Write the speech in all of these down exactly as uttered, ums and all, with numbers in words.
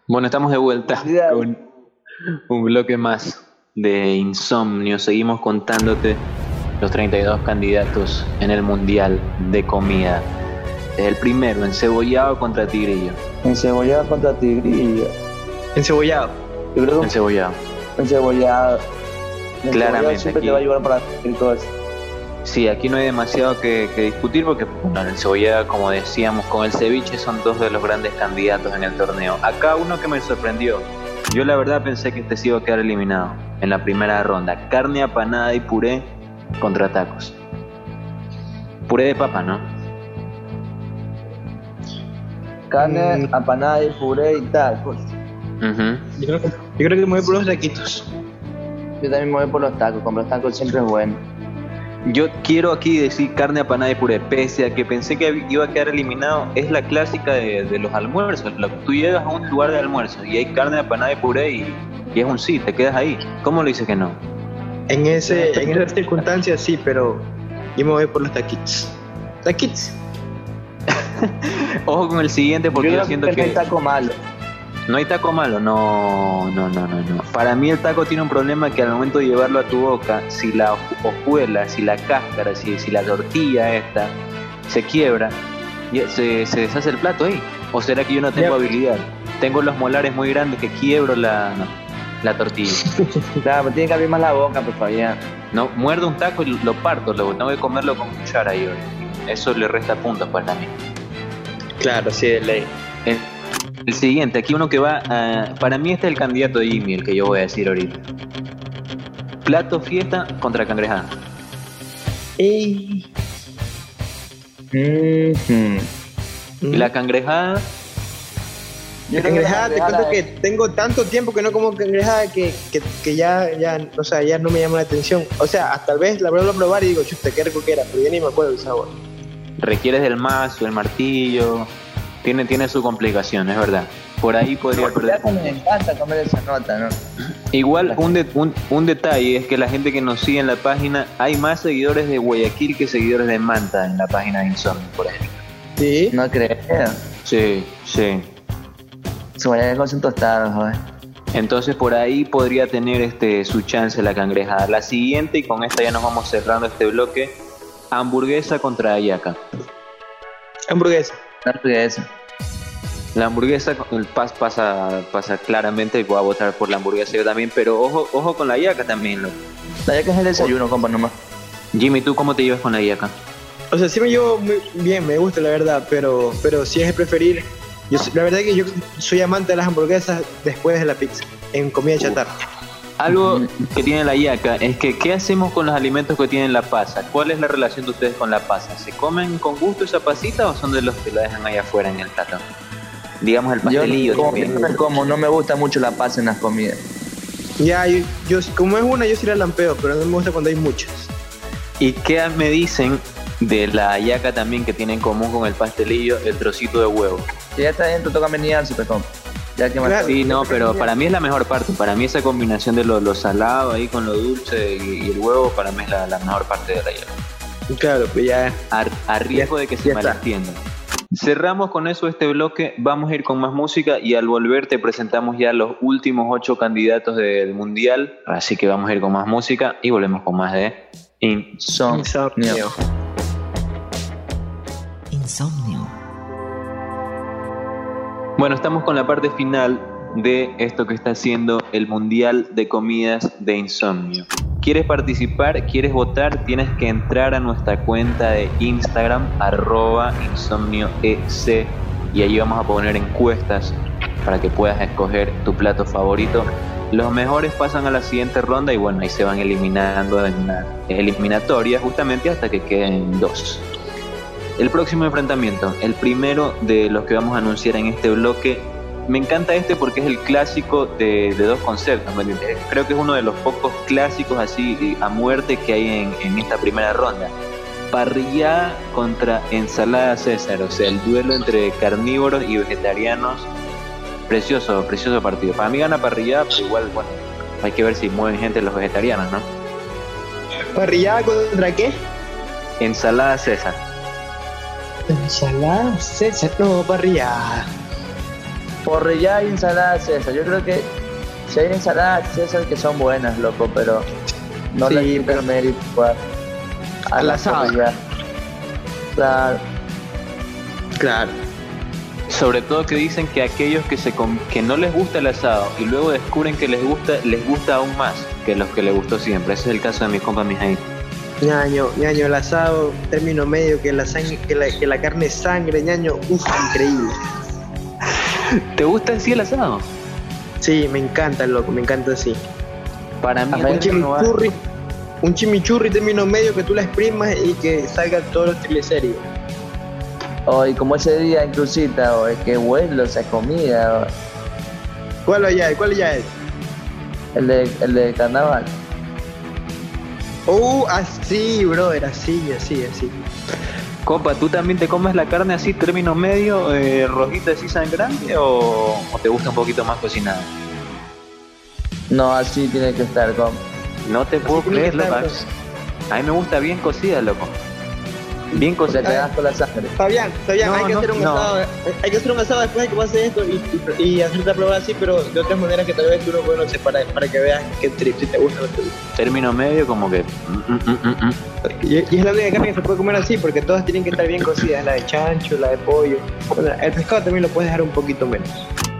Bueno, estamos de vuelta Cuidado. con un bloque más de Insomnio. Seguimos contándote los treinta y dos candidatos en el Mundial de Comida. El primero, encebollado contra tigrillo. Encebollado contra tigrillo. Encebollado. Yo creo que Encebollado. encebollado. El Claramente, encebollado siempre aquí- te va a ayudar para cualquier cosa. Sí, aquí no hay demasiado que, que discutir porque, bueno, el encebollado, como decíamos, con el ceviche son dos de los grandes candidatos en el torneo. Acá uno que me sorprendió. Yo la verdad pensé que este se iba a quedar eliminado en la primera ronda. Carne apanada y puré contra tacos. Puré de papa, ¿no? Carne, Mm. apanada y puré y tal. Pues, Ujú. Yo creo, yo creo que me voy por los taquitos. yo también me voy por los tacos. Con los tacos siempre es bueno. Yo quiero aquí decir carne apanada y puré, pese a que pensé que iba a quedar eliminado. Es la clásica de, de los almuerzos. Lo- Tú llegas a un lugar de almuerzo y hay carne apanada y puré y, y es un sí, te quedas ahí. ¿Cómo lo dices que no? En, ese, en esas circunstancias sí, pero yo me voy por los taquitos. Taquitos. Ojo con el siguiente porque yo yo, creo siento que que no hay taco malo. no hay taco malo. No, no, no, no, no. Para mí el taco tiene un problema que al momento de llevarlo a tu boca, si la hoju- hojuela, si la cáscara, si, si la tortilla esta se quiebra, ya se, se deshace el plato ahí. ¿O será que yo no tengo Ya. habilidad? Tengo los molares muy grandes que quiebro la, la tortilla. Claro, me tiene que abrir más la boca, por favor. Ya. No, muerdo un taco y lo parto, luego tengo que comerlo con cuchara y eso le resta puntos para mí. Claro, sí, de ley. El, el siguiente, aquí uno que va a, para mí este es el candidato de Jimmy, el que yo voy a decir ahorita. Plato fiesta contra cangrejada. Ey. Mhm. Y la cangrejada, Yo La creo que la cangrejada, te cuento cangrejada que es- tengo tanto tiempo que no como cangrejada que, que, que ya, ya, o sea, ya no me llama la atención. O sea, tal vez la vuelvo a probar y digo, chuta, qué rico que era, pero ya ni me acuerdo del sabor. requieres del mazo, el martillo, tiene, tiene su complicación, es verdad. Por ahí podría Ya perder que me puntos. encanta comer esa nota, ¿no? Igual un, de- un, un detalle es que la gente que nos sigue en la página, hay más seguidores de Guayaquil que seguidores de Manta en la página de Insomnio, por ejemplo. Sí. No creo. Sí, sí. Su guayacos son tostados, joder. Entonces por ahí podría tener este su chance la cangrejada. La siguiente, y con esta ya nos vamos cerrando este bloque, hamburguesa contra hallaca. Hamburguesa. No sé eso. La hamburguesa, el pas pasa, pasa claramente, voy a votar por la hamburguesa yo también, pero ojo, ojo con la hallaca también, loco. La yaca es el desayuno, compa, nomás. Jimmy, ¿tú cómo te llevas con la hallaca? O sea, sí me llevo muy bien, me gusta la verdad, pero, pero si es de preferir, yo, la verdad que yo soy amante de las hamburguesas después de la pizza, en comida chatarra. Algo que tiene la hallaca es que, ¿qué hacemos con los alimentos que tienen la pasa? ¿Cuál es la relación de ustedes con la pasa? ¿Se comen con gusto esa pasita o son de los que la dejan ahí afuera en el plato? Digamos el Yo pastelillo como, también. no me como, no me gusta mucho la paz en las comidas. Ya, yo, yo como es una, yo sí la lampeo, pero no me gusta cuando hay muchas. ¿Y qué me dicen de la hallaca también que tiene en común con el pastelillo, el trocito de huevo? Si ya está dentro, toca menearse, pues, compa. Ya que más. Claro. Sí, no, pero para mí es la mejor parte. Para mí esa combinación de lo, lo salado ahí con lo dulce y, y el huevo, para mí es la, la mejor parte de la hallaca. Claro, pues ya. A, a riesgo de que se ya está. malentienda. Cerramos con eso este bloque, vamos a ir con más música y al volver te presentamos ya los últimos ocho candidatos del Mundial, así que vamos a ir con más música y volvemos con más de Insomnio. Insomnio. Insomnio. Bueno, estamos con la parte final de esto que está haciendo el Mundial de Comidas de Insomnio. ¿Quieres participar? ¿Quieres votar? Tienes que entrar a nuestra cuenta de Instagram, arroba insomnioec, y allí vamos a poner encuestas para que puedas escoger tu plato favorito. Los mejores pasan a la siguiente ronda y bueno, ahí se van eliminando en una eliminatoria justamente hasta que queden dos. El próximo enfrentamiento, el primero de los que vamos a anunciar en este bloque, me encanta este porque es el clásico de, de dos conceptos, ¿me entiendes? Creo que es uno de los pocos clásicos así a muerte que hay en, en esta primera ronda. Parrillada contra ensalada César, o sea, el duelo entre carnívoros y vegetarianos. Precioso, precioso partido. Para mí gana parrillada, pero igual, bueno, hay que ver si mueven gente los vegetarianos, ¿no? ¿Parrillada contra qué? Ensalada César. Ensalada César. No, parrillada. por rellena y ensalada César. Yo creo que si hay ensaladas César que son buenas, loco, pero no Sí, le quita pero- el mérito a, a Al la asado. parrilla. Claro. Claro. Sobre todo que dicen que aquellos que se com- que no les gusta el asado y luego descubren que les gusta, les gusta aún más que los que les gustó siempre. Ese es el caso de mi compa Mijail. Ñaño, ñaño, el asado, término medio, que la sangre, que la, que la carne es sangre, ñaño, uff, increíble. ¿Te gusta así el asado? Sí, me encanta, loco, me encanta así. Para mí A es ver, Un chimichurri, un chimichurri término medio que tú la exprimas y que salgan todos los triglicéridos. Hoy, como ese día en Crucita, hoy, qué bueno esa comida, hoy. ¿Cuál allá es? ¿Cuál allá es? el de, el de carnaval. Oh, así, brother, así, así, así. Compa, ¿tú también te comes la carne así, término medio, eh, rojita así sangrante o, o te gusta un poquito más cocinada? No, así tiene que estar, como. No te puedo tiene que creer, loco. estar, A mí me gusta bien cocida, loco. Bien Se te cocida. das con la sangre. Fabián, Fabián, No, hay que no, hacer un no. asado, hay que hacer un asado después de que pase esto y, y, y hacerte probar así, pero de otras maneras que tal vez tú no conoces para, para que veas qué trip, si te gusta o no te gusta. Término medio como que... mm, mm, mm, mm. Y, y es la única carne que se puede comer así, porque todas tienen que estar bien cocidas, la de chancho, la de pollo. Bueno, el pescado también lo puedes dejar un poquito menos.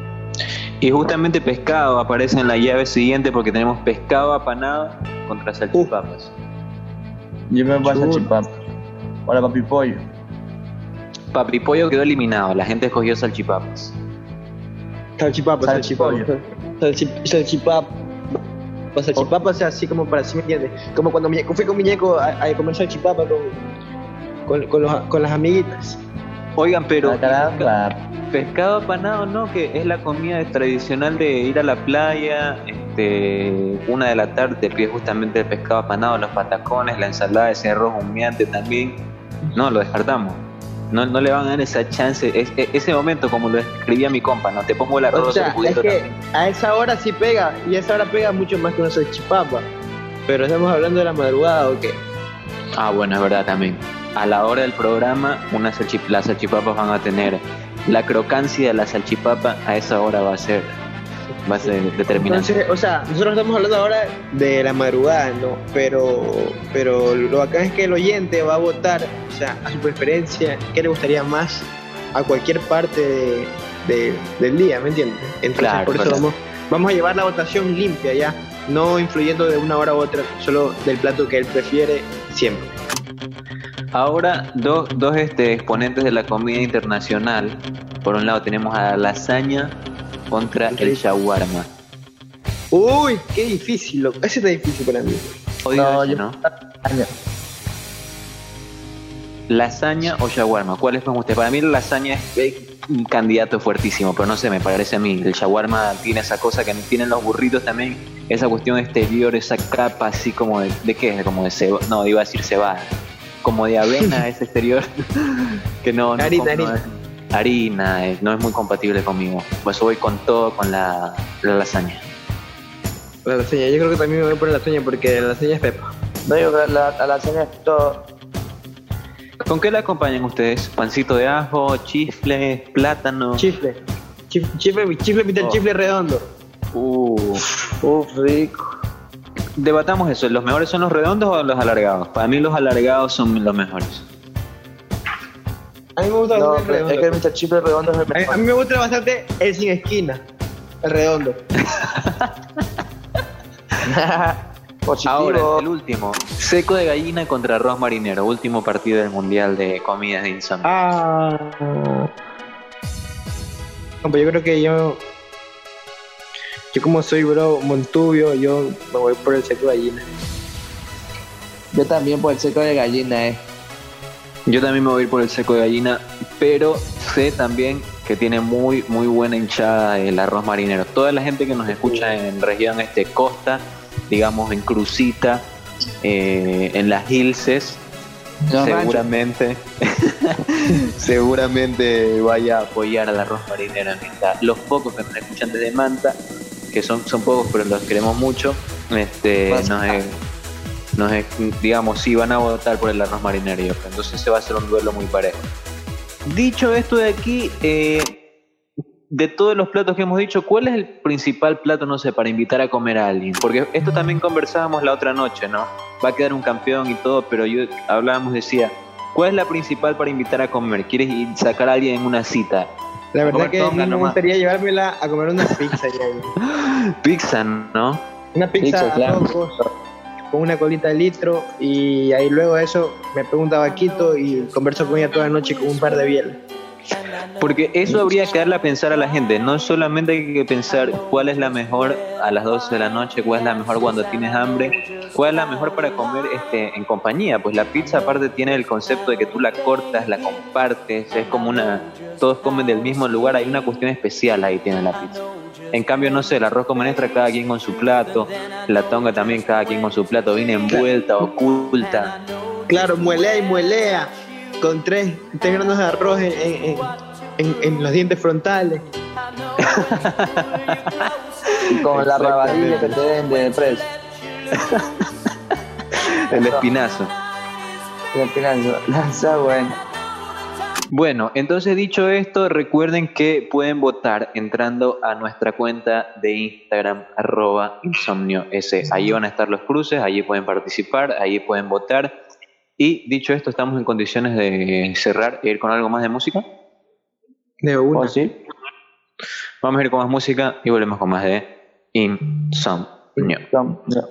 Y justamente pescado aparece en la llave siguiente porque tenemos pescado apanado contra salchipapas. Yo me paso Chulo. chipapa. Hola, papi pollo. Papripollo quedó eliminado, la gente escogió salchipapas. Salchipapa, salchipapa. Salchipollo. Salchi- Salchipapa. Pues salchipapa, o sea, así como para, ¿sí me entiendes? Como cuando muñeco, fui con muñeco a, a comer salchipapa con, con, con, los, con las amiguitas. Oigan, pero Ah, caramba. pescado apanado no, que es la comida tradicional de ir a la playa, este, una de la tarde te pides justamente el pescado apanado, los patacones, la ensalada, ese arroz humeante también. No, lo descartamos. No, no le van a dar esa chance, es, es- ese momento como lo escribía mi compa, no te pongo el arroz O sea, el es juguito que también. a esa hora sí pega, y a esa hora pega mucho más que una salchipapa. Pero estamos hablando de la madrugada, ¿o qué? Ah, bueno, es verdad también. A la hora del programa, una salchi- las salchipapas van a tener la crocancia de la salchipapa, a esa hora va a ser, va a ser determinante. Entonces, o sea, nosotros estamos hablando ahora de la madrugada, ¿no? Pero, pero lo bacán es que el oyente va a votar, o sea, a su preferencia, qué le gustaría más a cualquier parte de, de- del día, ¿me entiendes? Entonces, Claro, por eso claro. vamos, vamos a llevar la votación limpia ya, no influyendo de una hora a otra, solo del plato que él prefiere siempre. Ahora, dos, dos este, exponentes de la comida internacional. Por un lado tenemos a la lasaña contra el shawarma. Uy, qué difícil, loco. Ese está difícil para mí. Odio No, ese, yo- ¿no? ¿Lasaña o shawarma? ¿Cuál es para usted? Para mí la lasaña es eh, un candidato fuertísimo, pero no sé, me parece a mí. El shawarma tiene esa cosa que tienen los burritos también, esa cuestión exterior, esa capa así como de... ¿De qué? Como de cebada. No, iba a decir cebada. Como de avena ese exterior. que no... no Harina, no harina. es- harina, eh, no es muy compatible conmigo. Pues voy con todo con la, la lasaña. La lasaña, yo creo que también me voy por la lasaña porque la lasaña es pepa. No, yo creo que la, la lasaña es todo. ¿Con qué la acompañan ustedes? ¿Pancito de ajo, chifle, plátano? Chifle. Chif- Chifle, chifle, Peter, Oh. chifle redondo. Uh, Uf, rico. debatamos eso. ¿Los mejores son los redondos o los alargados? Para mí los alargados son los mejores. A mí me gusta No, bastante el es que el redondo. mister Chip redondo es el A, a mejor. mí me gusta bastante el sin esquina. El redondo. Positivo. Ahora, el último. Seco de gallina contra arroz marinero. Último partido del Mundial de Comidas de Insomnio. Ah. No, pues yo creo que yo. Yo, como soy bro Montubio, yo me voy por el seco de gallina. Yo también por el seco de gallina, eh. Yo también me voy a ir por el seco de gallina, pero sé también que tiene muy muy buena hinchada el arroz marinero. Toda la gente que nos escucha en región este costa, digamos en Crucita, eh, en las Hilses, Los seguramente seguramente vaya a apoyar al arroz marinero en esta. Los pocos que nos escuchan desde Manta, que son, son pocos pero los queremos mucho, este Pues, nos, eh, nos eh, digamos sí van a votar por el arroz marinero, yo creo. Entonces se va a hacer un duelo muy parejo. Dicho esto de aquí, eh, de todos los platos que hemos dicho, ¿cuál es el principal plato, no sé, para invitar a comer a alguien? Porque esto también conversábamos la otra noche, ¿no? Va a quedar un campeón y todo, pero yo hablábamos, decía, ¿cuál es la principal para invitar a comer? ¿Quieres ir sacar a alguien en una cita? La verdad que tonga me nomás. gustaría llevármela a comer una pizza. Ya. Pizza, ¿no? Una pizza, Pizza, claro. locos, con una colita de litro, y ahí luego de eso me pego un tabaquito y converso con ella toda la noche con un par de bielas. Porque eso habría que darle a pensar a la gente. No solamente hay que pensar cuál es la mejor a las doce de la noche, cuál es la mejor cuando tienes hambre, cuál es la mejor para comer este, en compañía. Pues la pizza aparte tiene el concepto de que tú la cortas, la compartes, es como una... Todos comen del mismo lugar, hay una cuestión especial ahí tiene la pizza. En cambio, no sé, el arroz con menestra cada quien con su plato, la tonga también cada quien con su plato, viene envuelta, oculta. Claro, muelea y muelea, con tres, tres granos de arroz en, en, en, en los dientes frontales. Y con la rabadilla que te den de precio. El espinazo. Y al final, lanza bueno. Bueno, entonces dicho esto, recuerden que pueden votar entrando a nuestra cuenta de Instagram, arroba insomnio S. Ahí van a estar los cruces, allí pueden participar, allí pueden votar. Y dicho esto, estamos en condiciones de cerrar e ir con algo más de música. De una. ¿O sí? Vamos a ir con más música y volvemos con más de insomnio. No.